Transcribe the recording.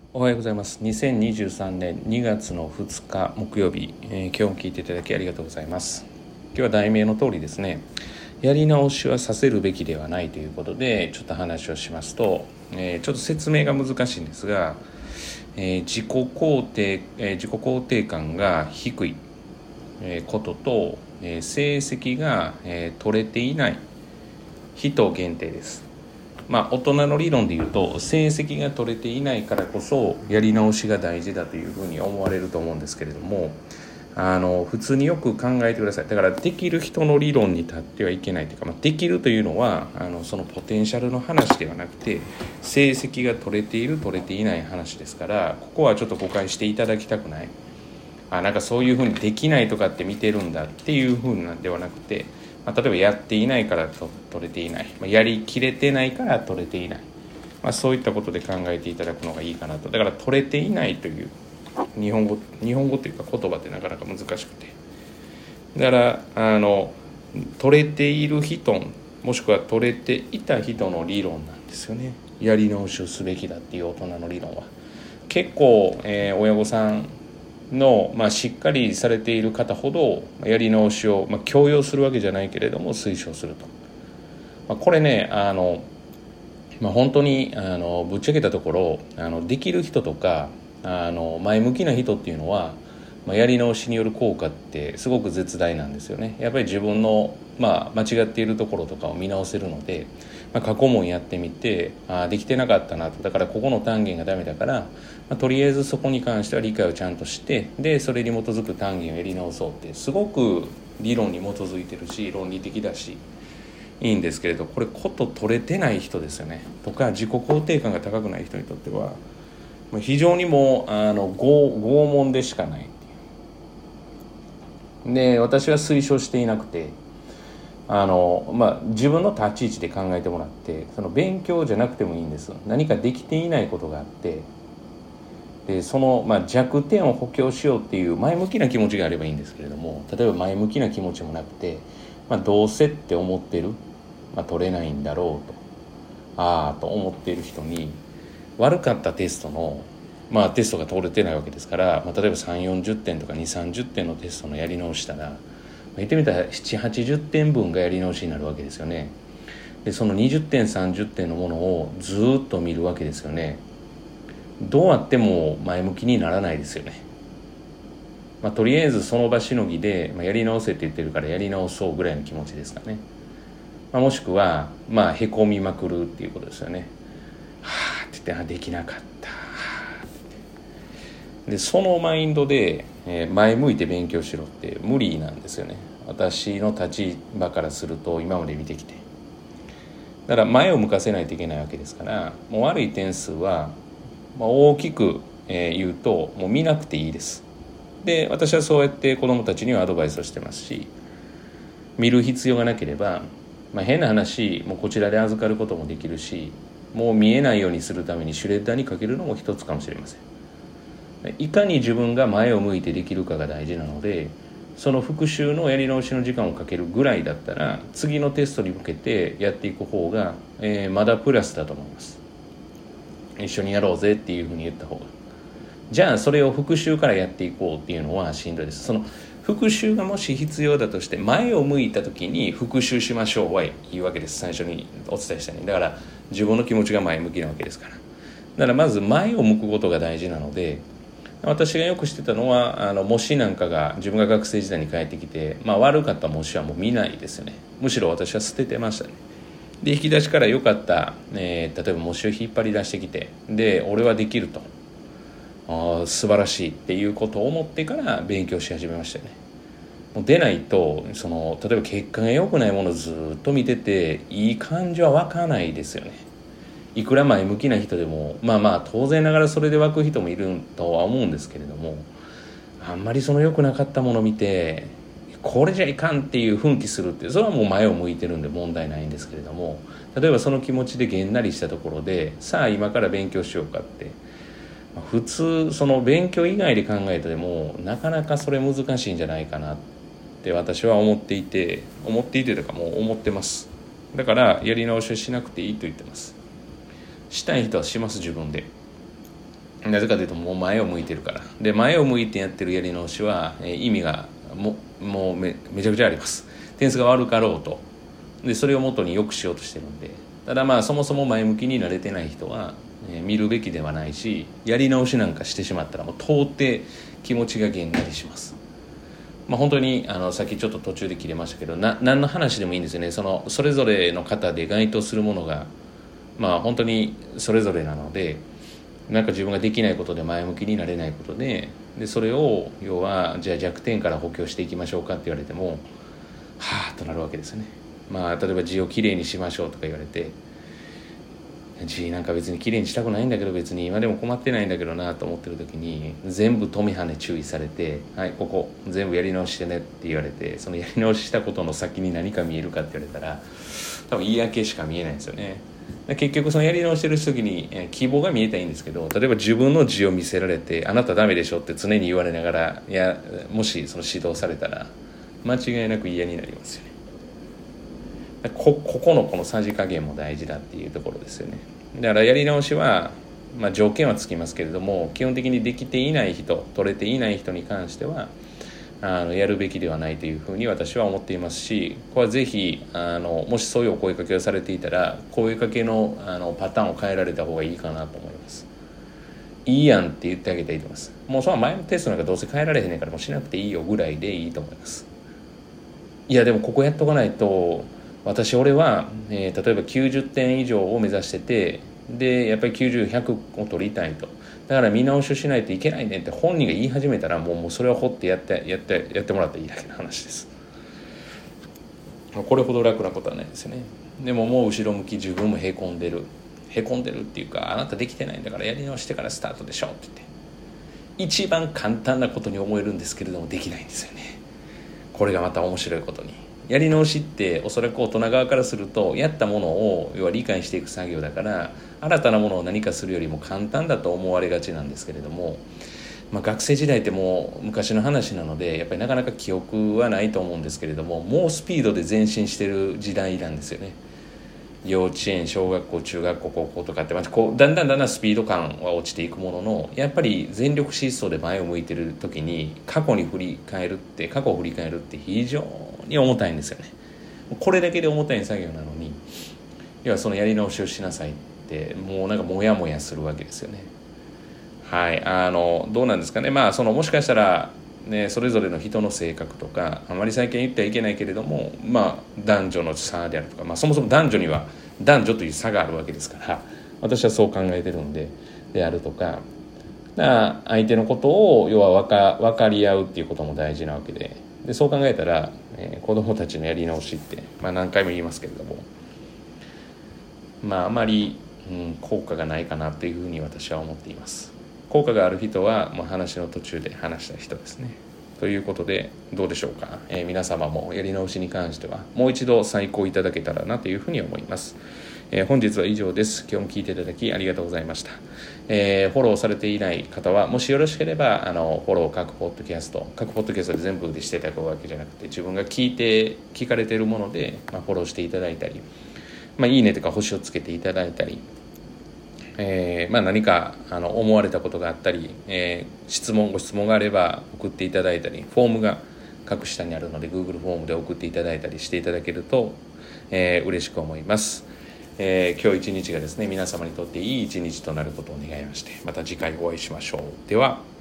おはようございます。2023年2月の2日木曜日、今日も聞いていただきありがとうございます。今日は題名の通りですね、やり直しはさせるべきではないということでちょっと話をしますと、ちょっと説明が難しいんですが、自己肯定感が低いことと、成績が取れていない人限定です。大人の理論でいうと成績が取れていないからこそやり直しが大事だというふうに思われると思うんですけれども、普通によく考えてください。だからできる人の理論に立ってはいけないというか、できるというのはそのポテンシャルの話ではなくて成績が取れている取れていない話ですから、ここはちょっと誤解していただきたくない。なんかそういうふうにできないとかって見てるんだっていうふうなんではなくて、例えばやっていないから取れていない、やりきれてないから取れていない、そういったことで考えていただくのがいいかなと。だから取れていないという日本語というか言葉ってなかなか難しくて、だから取れている人もしくは取れていた人の理論なんですよね。やり直しをすべきだっていう大人の理論は結構、親御さんの、しっかりされている方ほどやり直しを、強要するわけじゃないけれども推奨すると、これね本当にぶっちゃけたところできる人とか前向きな人っていうのは、やり直しによる効果ってすごく絶大なんですよね。やっぱり自分の、間違っているところとかを見直せるので、過去問やってみてできてなかったなと、だからここの単元がダメだから、とりあえずそこに関しては理解をちゃんとして、でそれに基づく単元をやり直そうってすごく理論に基づいてるし論理的だしいいんですけれど、これこと取れてない人ですよねとか自己肯定感が高くない人にとっては非常にもう拷問でしかないで、私は推奨していなくて、自分の立ち位置で考えてもらって、その勉強じゃなくてもいいんです。何かできていないことがあって、でその、弱点を補強しようっていう前向きな気持ちがあればいいんですけれども、例えば前向きな気持ちもなくて、どうせって思ってる、取れないんだろうと思っている人に悪かったテストのテストが取れてないわけですから、例えば3、40点とか2、30点のテストのやり直したら、言ってみたら7、80点分がやり直しになるわけですよね。でその20点、30点のものをずっと見るわけですよね。どうあっても前向きにならないですよね。とりあえずその場しのぎで、やり直せって言ってるからやり直そうぐらいの気持ちですかね。もしくはへこみまくるっていうことですよね。って言ってできなかった。でそのマインドで、前向いて勉強しろって無理なんですよね。私の立場からすると今まで見てきて、だから前を向かせないといけないわけですから、もう悪い点数は、大きく、言うともう見なくていいです。で私はそうやって子どもたちにはアドバイスをしてますし、見る必要がなければ、変な話もうこちらで預かることもできるし、もう見えないようにするためにシュレッダーにかけるのも一つかもしれません。いかに自分が前を向いてできるかが大事なので、その復習のやり直しの時間をかけるぐらいだったら次のテストに向けてやっていく方が、まだプラスだと思います。一緒にやろうぜっていうふうに言った方が。じゃあそれを復習からやっていこうっていうのはしんどいです。その復習がもし必要だとして前を向いた時に復習しましょうはいいわけです。最初にお伝えしたように、だから自分の気持ちが前向きなわけですから。だからまず前を向くことが大事なので、私がよくしてたのは模試なんかが自分が学生時代に帰ってきて、悪かった模試はもう見ないですよね。むしろ私は捨ててましたね。で引き出しから良かった、例えば模試を引っ張り出してきて、で俺はできると、素晴らしいっていうことを思ってから勉強し始めましたよね。もう出ないと例えば結果が良くないものをずっと見てていい感じは湧かないですよね。いくら前向きな人でも当然ながらそれで湧く人もいるとは思うんですけれども、あんまりその良くなかったものを見てこれじゃいかんっていう奮起するって、それはもう前を向いてるんで問題ないんですけれども、例えばその気持ちでげんなりしたところでさあ今から勉強しようかって、普通その勉強以外で考えてもなかなかそれ難しいんじゃないかなって私は思っていてとかもう思ってます。だからやり直しをしなくていいと言ってます。したい人はします。自分でなぜかというともう前を向いてるから。で前を向いてやってるやり直しは、意味がもう めちゃくちゃあります。点数が悪かろうと。でそれを元に良くしようとしてるんで。ただまあそもそも前向きになれてない人は、見るべきではないし、やり直しなんかしてしまったらもう到底気持ちがげんなりします。本当にさっきちょっと途中で切れましたけど、何の話でもいいんですよね。それぞれの方で該当するものが本当にそれぞれなので、なんか自分ができないことで前向きになれないことで、それを要はじゃあ弱点から補強していきましょうかって言われてもはぁとなるわけですよね。例えば字をきれいにしましょうとか言われて、字なんか別にきれいにしたくないんだけど、別に今でも困ってないんだけどなと思ってる時に全部止めはね注意されて、はいここ全部やり直してねって言われて、そのやり直ししたことの先に何か見えるかって言われたら多分嫌気しか見えないんですよね。結局そのやり直してる時に希望が見えたらいいんですけど、例えば自分の字を見せられてあなたダメでしょって常に言われながらもしその指導されたら間違いなく嫌になりますよね。ここのこのさじ加減も大事だっていうところですよね。だからやり直しは、条件はつきますけれども、基本的にできていない人、取れていない人に関してはやるべきではないというふうに私は思っていますし、これはぜひもしそういうお声かけをされていたら声かけのパターンを変えられた方がいいかなと思います。いいやんって言ってあげたらいいと思います。もうその前のテストなんかどうせ変えられへんねんからもうしなくていいよぐらいでいいと思います。いやでもここやっとかないと、俺は、例えば90点以上を目指してて、でやっぱり90、100を取りたいと、だから見直しをしないといけないねって本人が言い始めたらもうそれを掘ってやってもらったらいいだけの話です。これほど楽なことはないですよね。でももう後ろ向き、自分もへこんでるっていうか、あなたできてないんだからやり直してからスタートでしょって言って一番簡単なことに思えるんですけれどもできないんですよね。これがまた面白いことに、やり直しっておそらく大人側からするとやったものを要は理解していく作業だから、新たなものを何かするよりも簡単だと思われがちなんですけれども、学生時代ってもう昔の話なのでやっぱりなかなか記憶はないと思うんですけれども、猛スピードで前進してる時代なんですよね。幼稚園、小学校、中学校、高校とかってこうだんだんスピード感は落ちていくものの、やっぱり全力疾走で前を向いてる時に過去を振り返るって非常に重たいんですよね。これだけで重たい作業なのに、要はそのやり直しをしなさいってもうなんかモヤモヤするわけですよね。はい、どうなんですかね。もしかしたらね、それぞれの人の性格とかあまり最近言ってはいけないけれども、男女の差であるとか、そもそも男女には男女という差があるわけですから、私はそう考えてるんであるとか、相手のことを要は分かり合うっていうことも大事なわけで、そう考えたら、子どもたちのやり直しって、何回も言いますけれども、あまり、効果がないかなというふうに私は思っています。効果がある人はもう話の途中で話した人ですね。ということでどうでしょうか。皆様もやり直しに関してはもう一度再考いただけたらなというふうに思います。本日は以上です。今日も聞いていただきありがとうございました。フォローされていない方はもしよろしければフォロー各ポッドキャストで全部でしていただくわけじゃなくて、自分が聞かれているもので、フォローしていただいたり、いいねとか星をつけていただいたり、何か思われたことがあったり、ご質問があれば送っていただいたり、フォームが各下にあるので Google フォームで送っていただいたりしていただけると、嬉しく思います。今日一日がですね、皆様にとっていい一日となることを願いまして、また次回お会いしましょう。では。